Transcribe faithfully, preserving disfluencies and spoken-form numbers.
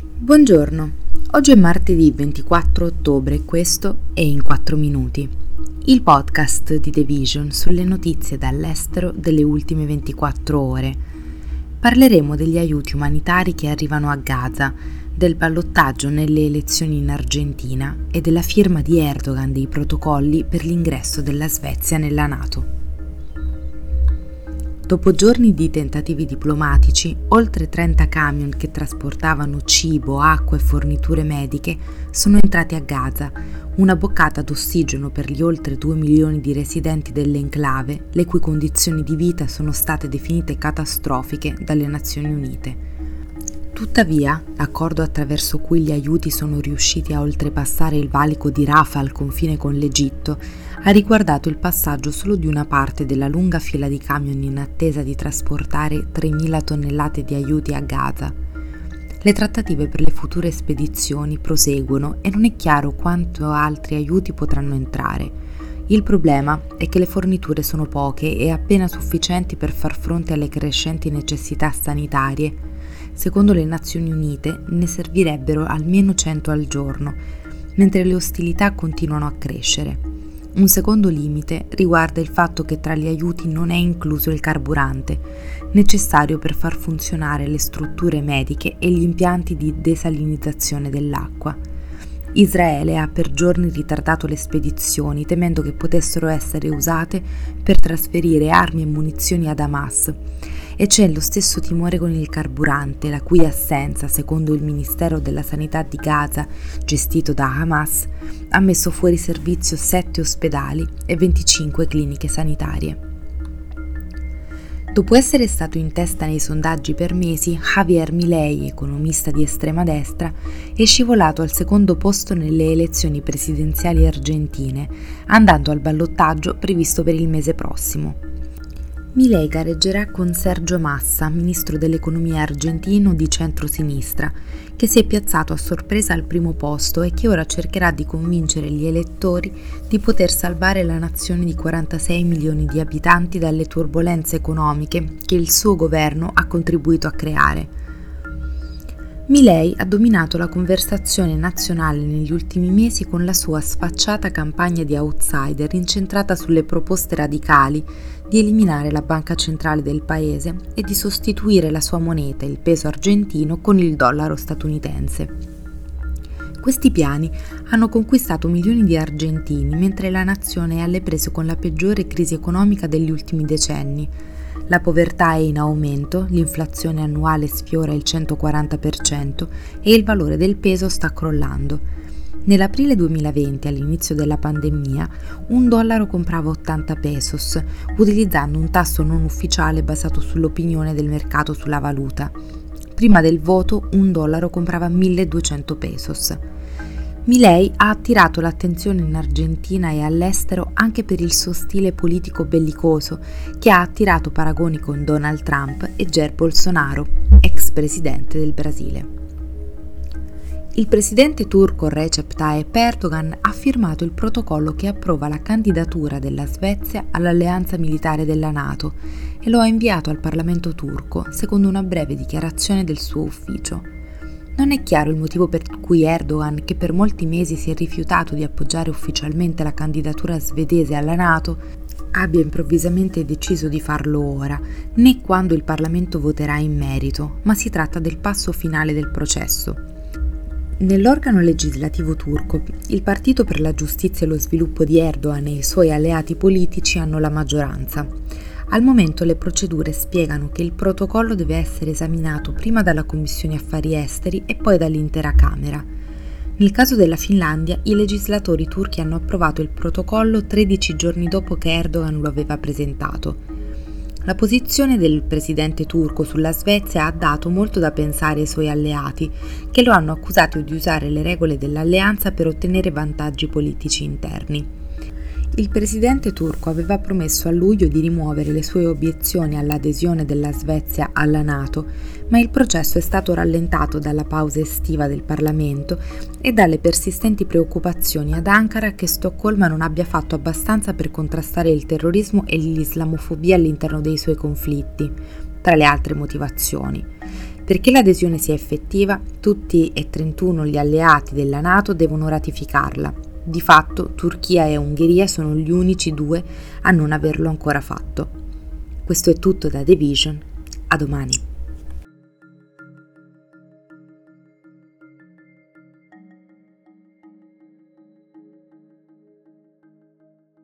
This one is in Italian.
Buongiorno, oggi è martedì ventiquattro ottobre e questo è In quattro minuti, il podcast di The Vision sulle notizie dall'estero delle ultime ventiquattro ore. Parleremo degli aiuti umanitari che arrivano a Gaza, del ballottaggio nelle elezioni in Argentina e della firma di Erdogan dei protocolli per l'ingresso della Svezia nella NATO. Dopo giorni di tentativi diplomatici, oltre trenta camion che trasportavano cibo, acqua e forniture mediche sono entrati a Gaza, una boccata d'ossigeno per gli oltre due milioni di residenti dell'enclave, le cui condizioni di vita sono state definite catastrofiche dalle Nazioni Unite. Tuttavia, l'accordo attraverso cui gli aiuti sono riusciti a oltrepassare il valico di Rafah al confine con l'Egitto ha riguardato il passaggio solo di una parte della lunga fila di camion in attesa di trasportare tremila tonnellate di aiuti a Gaza. Le trattative per le future spedizioni proseguono e non è chiaro quanto altri aiuti potranno entrare. Il problema è che le forniture sono poche e appena sufficienti per far fronte alle crescenti necessità sanitarie. Secondo le Nazioni Unite ne servirebbero almeno cento al giorno, mentre le ostilità continuano a crescere. Un secondo limite riguarda il fatto che tra gli aiuti non è incluso il carburante, necessario per far funzionare le strutture mediche e gli impianti di desalinizzazione dell'acqua. Israele ha per giorni ritardato le spedizioni, temendo che potessero essere usate per trasferire armi e munizioni ad Hamas. E c'è lo stesso timore con il carburante, la cui assenza, secondo il Ministero della Sanità di Gaza, gestito da Hamas, ha messo fuori servizio sette ospedali e venticinque cliniche sanitarie. Dopo essere stato in testa nei sondaggi per mesi, Javier Milei, economista di estrema destra, è scivolato al secondo posto nelle elezioni presidenziali argentine, andando al ballottaggio previsto per il mese prossimo. Milei gareggerà con Sergio Massa, ministro dell'economia argentino di centrosinistra, che si è piazzato a sorpresa al primo posto e che ora cercherà di convincere gli elettori di poter salvare la nazione di quarantasei milioni di abitanti dalle turbolenze economiche che il suo governo ha contribuito a creare. Milei ha dominato la conversazione nazionale negli ultimi mesi con la sua sfacciata campagna di outsider incentrata sulle proposte radicali di eliminare la banca centrale del paese e di sostituire la sua moneta, il peso argentino, con il dollaro statunitense. Questi piani hanno conquistato milioni di argentini mentre la nazione è alle prese con la peggiore crisi economica degli ultimi decenni. La povertà è in aumento, l'inflazione annuale sfiora il centoquaranta per cento e il valore del peso sta crollando. Nell'aprile duemilaventi, all'inizio della pandemia, un dollaro comprava ottanta pesos, utilizzando un tasso non ufficiale basato sull'opinione del mercato sulla valuta. Prima del voto, un dollaro comprava milleduecento pesos. Milei ha attirato l'attenzione in Argentina e all'estero anche per il suo stile politico bellicoso, che ha attirato paragoni con Donald Trump e Jair Bolsonaro, ex presidente del Brasile. Il presidente turco Recep Tayyip Erdogan ha firmato il protocollo che approva la candidatura della Svezia all'alleanza militare della NATO e lo ha inviato al Parlamento turco, secondo una breve dichiarazione del suo ufficio. Non è chiaro il motivo per cui Erdogan, che per molti mesi si è rifiutato di appoggiare ufficialmente la candidatura svedese alla NATO, abbia improvvisamente deciso di farlo ora, né quando il Parlamento voterà in merito, ma si tratta del passo finale del processo. Nell'organo legislativo turco, il Partito per la Giustizia e lo Sviluppo di Erdogan e i suoi alleati politici hanno la maggioranza. Al momento le procedure spiegano che il protocollo deve essere esaminato prima dalla Commissione Affari Esteri e poi dall'intera Camera. Nel caso della Finlandia, i legislatori turchi hanno approvato il protocollo tredici giorni dopo che Erdogan lo aveva presentato. La posizione del presidente turco sulla Svezia ha dato molto da pensare ai suoi alleati, che lo hanno accusato di usare le regole dell'alleanza per ottenere vantaggi politici interni. Il presidente turco aveva promesso a luglio di rimuovere le sue obiezioni all'adesione della Svezia alla NATO, ma il processo è stato rallentato dalla pausa estiva del Parlamento e dalle persistenti preoccupazioni ad Ankara che Stoccolma non abbia fatto abbastanza per contrastare il terrorismo e l'islamofobia all'interno dei suoi conflitti, tra le altre motivazioni. Perché l'adesione sia effettiva, tutti e trentuno gli alleati della NATO devono ratificarla. Di fatto, Turchia e Ungheria sono gli unici due a non averlo ancora fatto. Questo è tutto da The Vision. A domani.